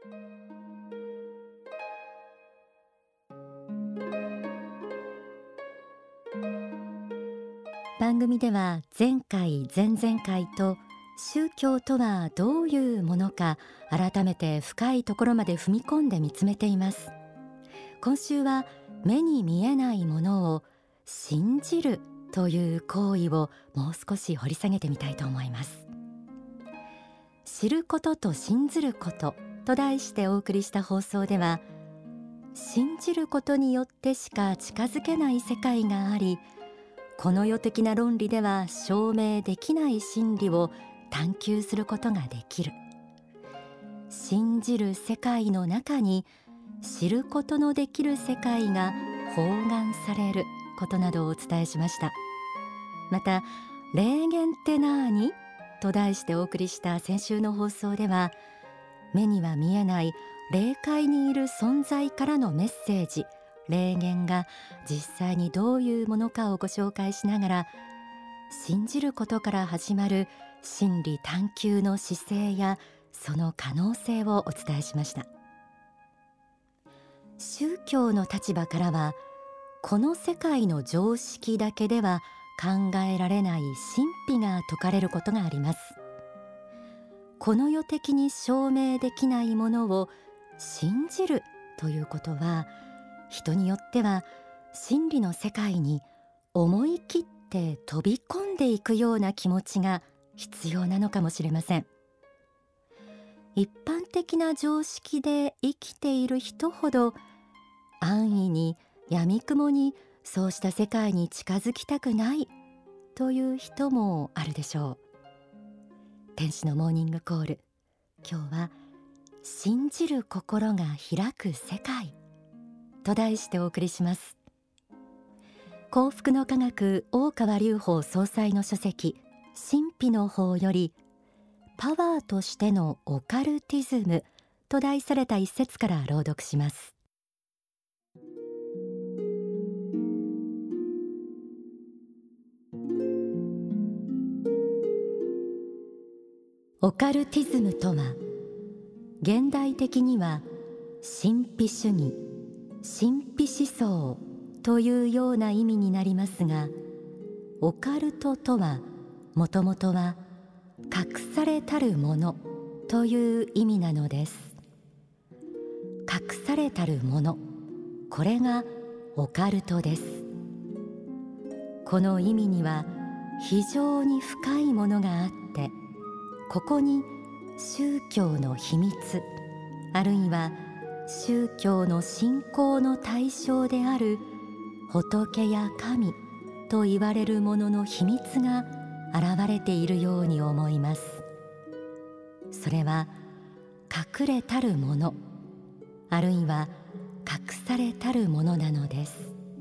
番組では前回前々回と宗教とはどういうものか改めて深いところまで踏み込んで見つめています。今週は目に見えないものを信じるという行為をもう少し掘り下げてみたいと思います。知ることと信ずることと題してお送りした放送では、信じることによってしか近づけない世界があり、この世的な論理では証明できない真理を探求することができる。信じる世界の中に知ることのできる世界が包含されることなどをお伝えしました。また、霊言ってなーにと題してお送りした先週の放送では、目には見えない霊界にいる存在からのメッセージ、霊言が実際にどういうものかをご紹介しながら、信じることから始まる真理探求の姿勢やその可能性をお伝えしました。宗教の立場からは、この世界の常識だけでは考えられない神秘が説かれることがあります。この世的に証明できないものを信じるということは、人によっては真理の世界に思い切って飛び込んでいくような気持ちが必要なのかもしれません。一般的な常識で生きている人ほど安易に闇雲にそうした世界に近づきたくないという人もあるでしょう。天使のモーニングコール、今日は信じる心が開く世界と題してお送りします。幸福の科学大川隆法総裁の書籍神秘の法より、パワーとしてのオカルティズムと題された一節から朗読します。オカルティズムとは、現代的には神秘主義、神秘思想というような意味になりますが、オカルトとはもともとは隠されたるものという意味なのです。隠されたるもの、これがオカルトです。この意味には非常に深いものがあって、ここに宗教の秘密、あるいは宗教の信仰の対象である仏や神と言われるものの秘密が現れているように思います。それは隠れたるもの、あるいは隠されたるものなのです。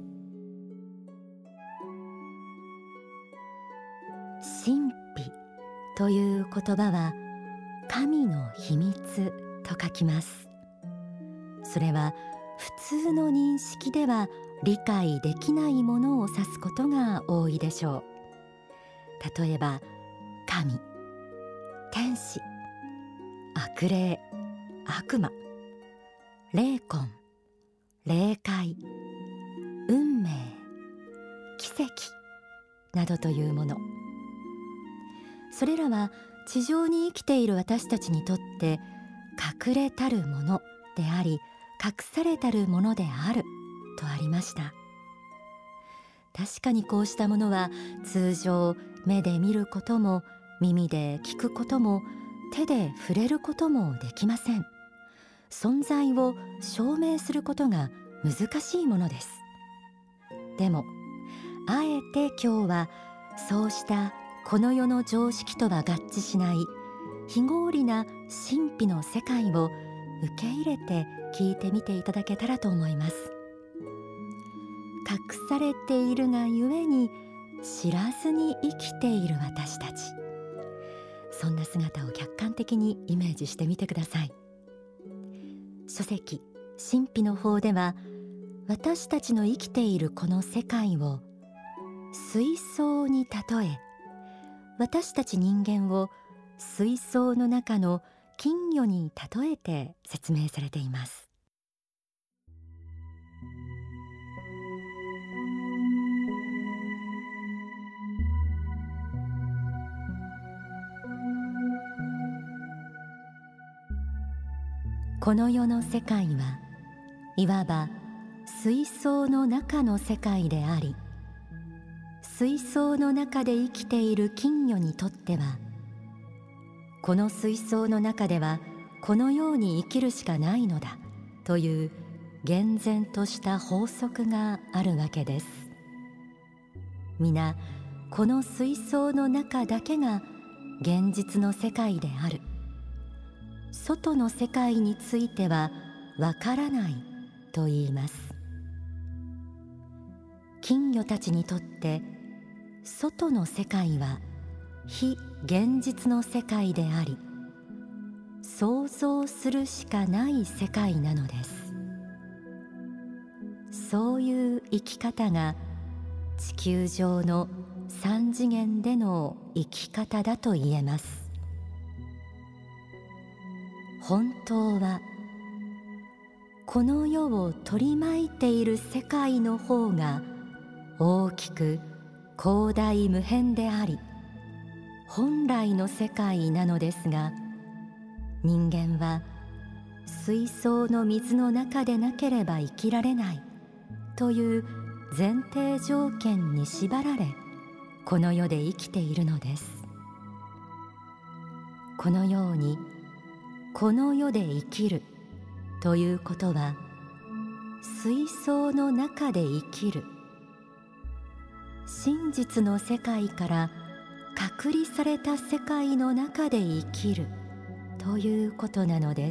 神秘という言葉は神の秘密と書きます。それは普通の認識では理解できないものを指すことが多いでしょう。例えば神、天使、悪霊、悪魔、霊魂、霊界、運命、奇跡などというもの。それらは地上に生きている私たちにとって隠れたるものであり、隠されたるものであるとありました。確かにこうしたものは通常目で見ることも耳で聞くことも手で触れることもできません。存在を証明することが難しいものです。でもあえて今日はそうしたこの世の常識とは合致しない非合理な神秘の世界を受け入れて聞いてみていただけたらと思います。隠されているがゆえに知らずに生きている私たち、そんな姿を客観的にイメージしてみてください。書籍神秘の法では、私たちの生きているこの世界を水槽に例え、私たち人間を水槽の中の金魚に例えて説明されています。この世の世界はいわば水槽の中の世界であり、水槽の中で生きている金魚にとっては、この水槽の中ではこのように生きるしかないのだという厳然とした法則があるわけです。皆この水槽の中だけが現実の世界である。外の世界についてはわからないと言います。金魚たちにとって外の世界は非現実の世界であり、想像するしかない世界なのです。そういう生き方が地球上の三次元での生き方だと言えます。本当はこの世を取り巻いている世界の方が大きく広大無辺であり、本来の世界なのですが、人間は水槽の水の中でなければ生きられないという前提条件に縛られ、この世で生きているのです。このようにこの世で生きるということは、水槽の中で生きる、真実の世界から隔離された世界の中で生きるということなのです。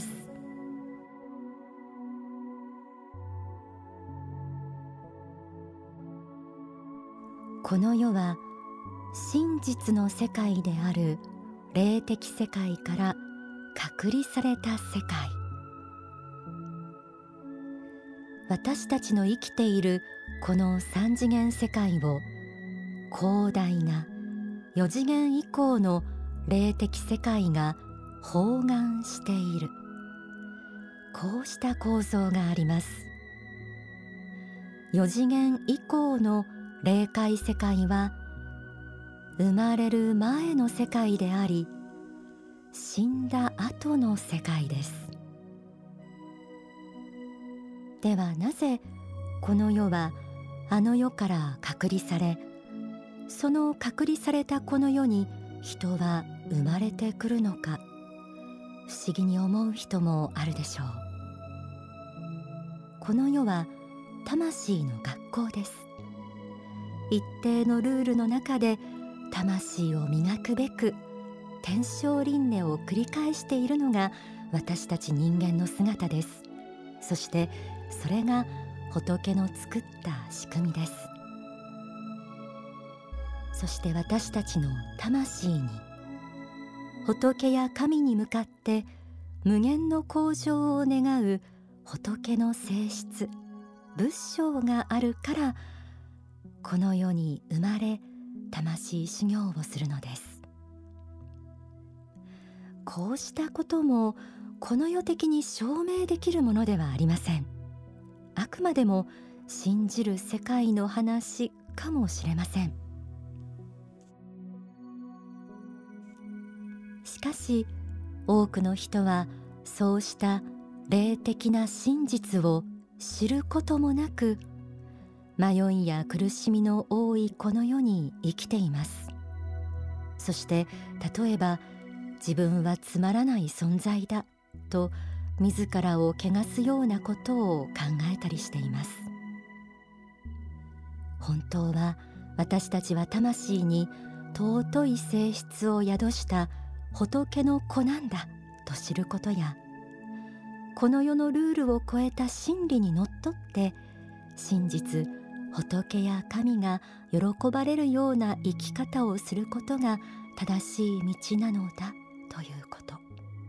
この世は真実の世界である霊的世界から隔離された世界。私たちの生きているこの三次元世界を広大な四次元以降の霊的世界が包含している、こうした構造があります。四次元以降の霊界世界は生まれる前の世界であり、死んだ後の世界です。ではなぜこの世はあの世から隔離され、その隔離されたこの世に人は生まれてくるのか、不思議に思う人もあるでしょう。この世は魂の学校です。一定のルールの中で魂を磨くべく天正輪廻を繰り返しているのが私たち人間の姿です。そしてそれが仏の作った仕組みです。そして私たちの魂に仏や神に向かって無限の向上を願う仏の性質、仏性があるから、この世に生まれ魂修行をするのです。こうしたこともこの世的に証明できるものではありません。あくまでも信じる世界の話かもしれません。しかし多くの人はそうした霊的な真実を知ることもなく、迷いや苦しみの多いこの世に生きています。そして例えば自分はつまらない存在だと自らを汚すようなことを考えたりしています。本当は私たちは魂に尊い性質を宿した仏の子なんだと知ることや、この世のルールを超えた真理にのっとって真実仏や神が喜ばれるような生き方をすることが正しい道なのだということ。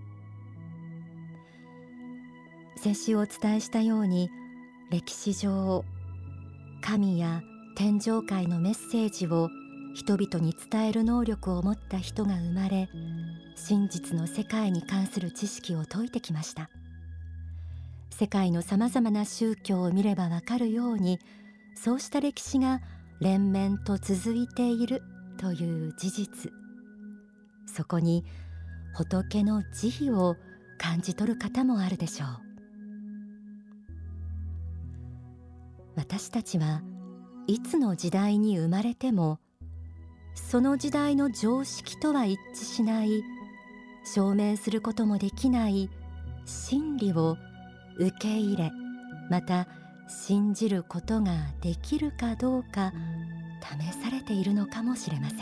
先週お伝えしたように、歴史上神や天上界のメッセージを人々に伝える能力を持った人が生まれ、 真実の世界に関する知識を説いてきました。世界のさまざまな宗教を見ればわかるように、そうした歴史が連綿と続いているという事実、そこに仏の慈悲を感じ取る方もあるでしょう。私たちはいつの時代に生まれても、その時代の常識とは一致しない、証明することもできない真理を受け入れ、また信じることができるかどうか試されているのかもしれません。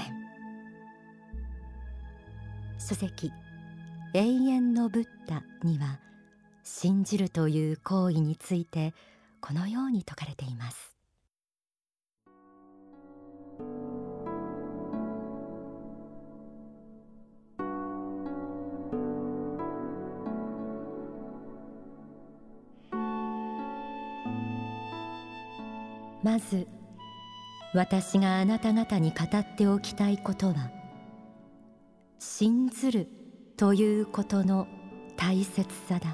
書籍永遠のブッダには、信じるという行為についてこのように説かれています。まず、私があなた方に語っておきたいことは、信ずるということの大切さだ。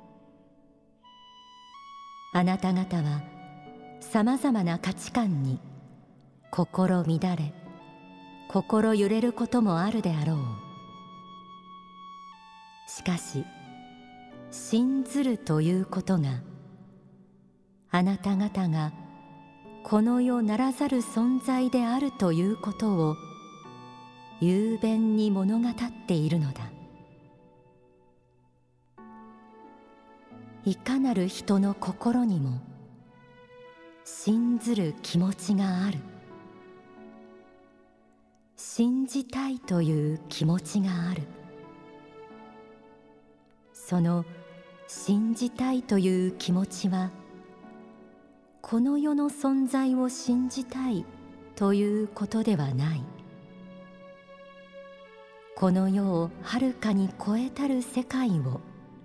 あなた方はさまざまな価値観に心乱れ、心揺れることもあるであろう。しかし、信ずるということが、あなた方がこの世ならざる存在であるということを雄弁に物語っているのだ。いかなる人の心にも信ずる気持ちがある。信じたいという気持ちがある。その信じたいという気持ちは、この世の存在を信じたいということではない。この世をはるかに超えたる世界を、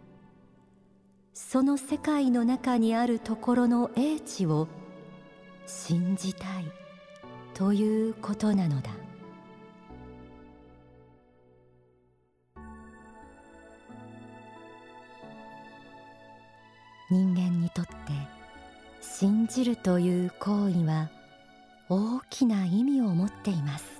その世界の中にあるところの英知を信じたいということなのだ。人間にとって信じるという行為は大きな意味を持っています。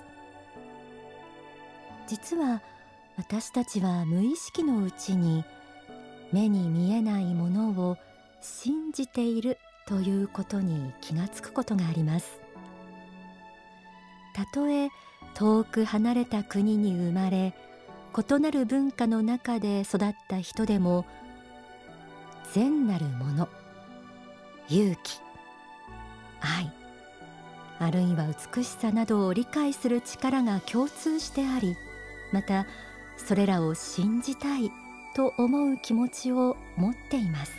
実は私たちは無意識のうちに目に見えないものを信じているということに気がつくことがあります。たとえ遠く離れた国に生まれ、異なる文化の中で育った人でも、善なるもの、勇気、愛、あるいは美しさなどを理解する力が共通してあり、またそれらを信じたいと思う気持ちを持っています。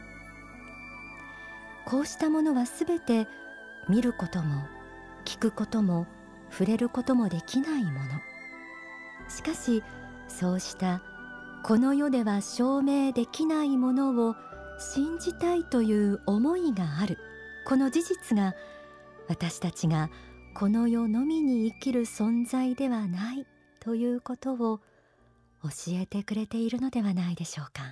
こうしたものはすべて見ることも聞くことも触れることもできないもの。しかし、そうしたこの世では証明できないものを信じたいという思いがある、この事実が、私たちがこの世のみに生きる存在ではないということを教えてくれているのではないでしょうか。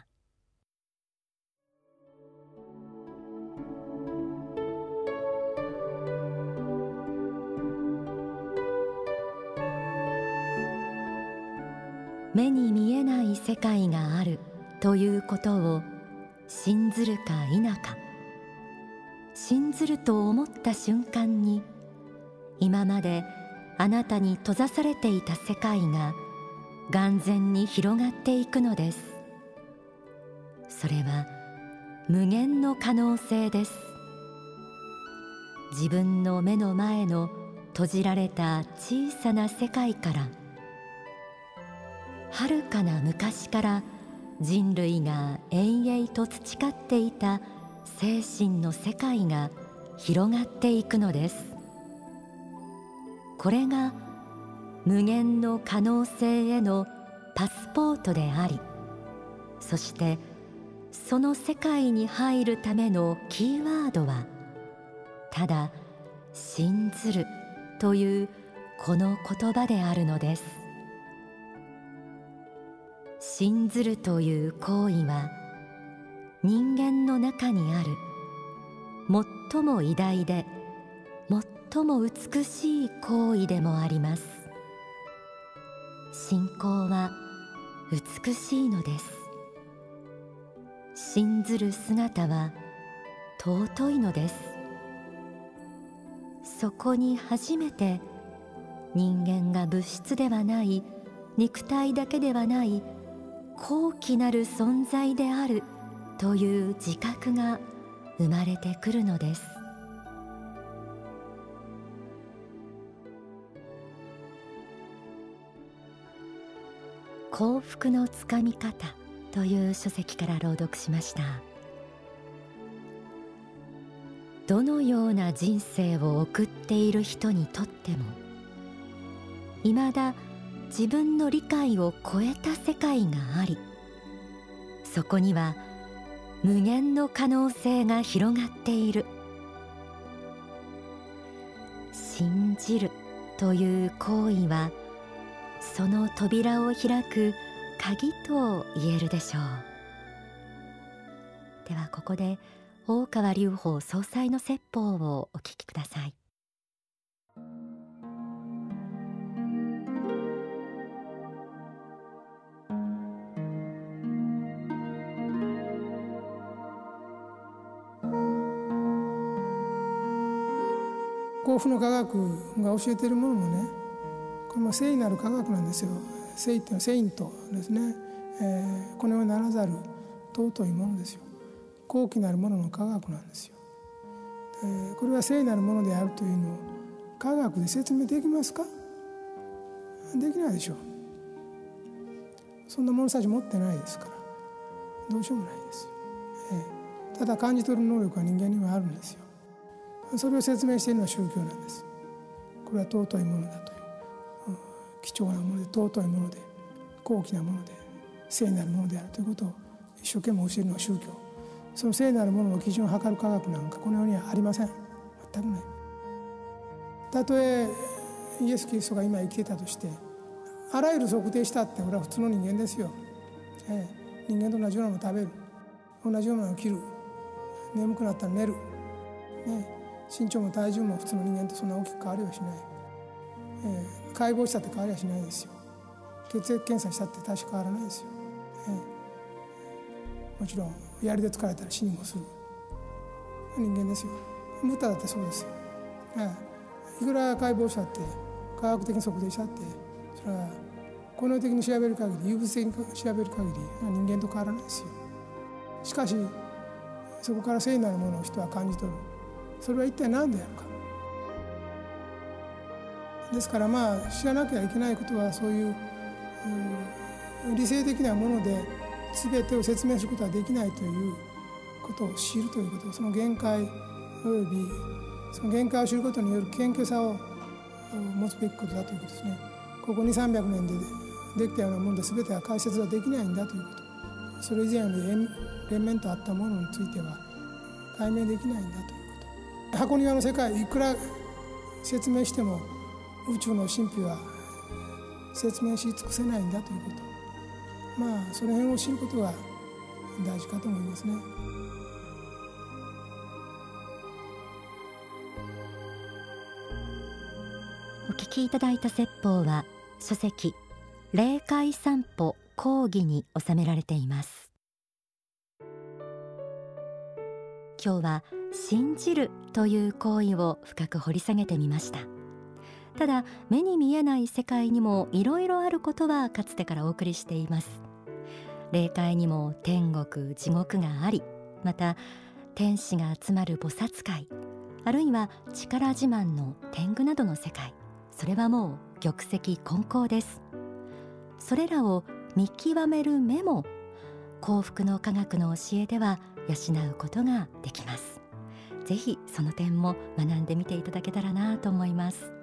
目に見えない世界があるということを信ずるか否か、信ずると思った瞬間に、今まであなたに閉ざされていた世界が眼前に広がっていくのです。それは無限の可能性です。自分の目の前の閉じられた小さな世界から、はるかな昔から人類が永遠と培っていた精神の世界が広がっていくのです。これが無限の可能性へのパスポートであり、そしてその世界に入るためのキーワードは、ただ信ずるというこの言葉であるのです。 信ずるという行為は人間の中にある最も偉大で最も美しい行為でもあります。信仰は美しいのです。信ずる姿は尊いのです。そこに初めて人間が物質ではない肉体だけではない高貴なる存在であるという自覚が生まれてくるのです。幸福のつかみ方という書籍から朗読しました。どのような人生を送っている人にとっても、いまだ自分の理解を超えた世界があり、そこには無限の可能性が広がっている。信じるという行為はその扉を開く鍵と言えるでしょう。ではここで大川隆法総裁の説法をお聞きください。 幸福の科学が教えているものもね、これも聖なる科学なんですよ。聖っていうのはセイントですね、この世にならざる尊いものですよ。高貴なるものの科学なんですよ。これは聖なるものであるというのを科学で説明できますか？できないでしょう。そんな物差し持ってないですからどうしようもないですよ。ただ感じ取る能力は人間にはあるんですよ。それを説明しているのは宗教なんです。これは尊いものだという、貴重なもので尊いもので高貴なもので聖なるものであるということを一生懸命教えるのは宗教。その聖なるものの基準を測る科学なんかこの世にはありません。全くない。たとえイエス・キリストが今生きていたとしてあらゆる測定したって俺は普通の人間ですよ。人間と同じようなのを食べる、同じようなのを着る、眠くなったら寝る、身長も体重も普通の人間とそんな大きく変わりはしない。解剖したって変わりはしないですよ。血液検査したって大して変わらないですよ。もちろん槍で疲れたら死にもする人間ですよ。ブッダだってそうですよ。いくら解剖したって科学的に測定したってそれは根本的に調べる限り、有物的に調べる限り人間と変わらないですよ。しかしそこから聖なるものを人は感じ取る。それは一体何であるか。ですから知らなきゃいけないことはそういう理性的なもので全てを説明することはできないということを知るということ、その限界およびその限界を知ることによる謙虚さを持つべきことだということですね。ここ2、300年でできたようなもので全ては解説はできないんだということ、それ以前より連綿とあったものについては解明できないんだということ、箱庭の世界いくら説明しても宇宙の神秘は説明し尽くせないんだということ、その辺を知ることが大事かと思いますね。 お聞きいただいた説法は書籍霊界散歩講義に収められています。今日は信じるという行為を深く掘り下げてみました。ただ目に見えない世界にもいろいろあることはかつてからお送りしています。霊界にも天国地獄があり、また天使が集まる菩薩界、あるいは力自慢の天狗などの世界、それはもう玉石混交です。それらを見極める目も幸福の科学の教えでは養うことができます。ぜひその点も学んでみていただけたらなと思います。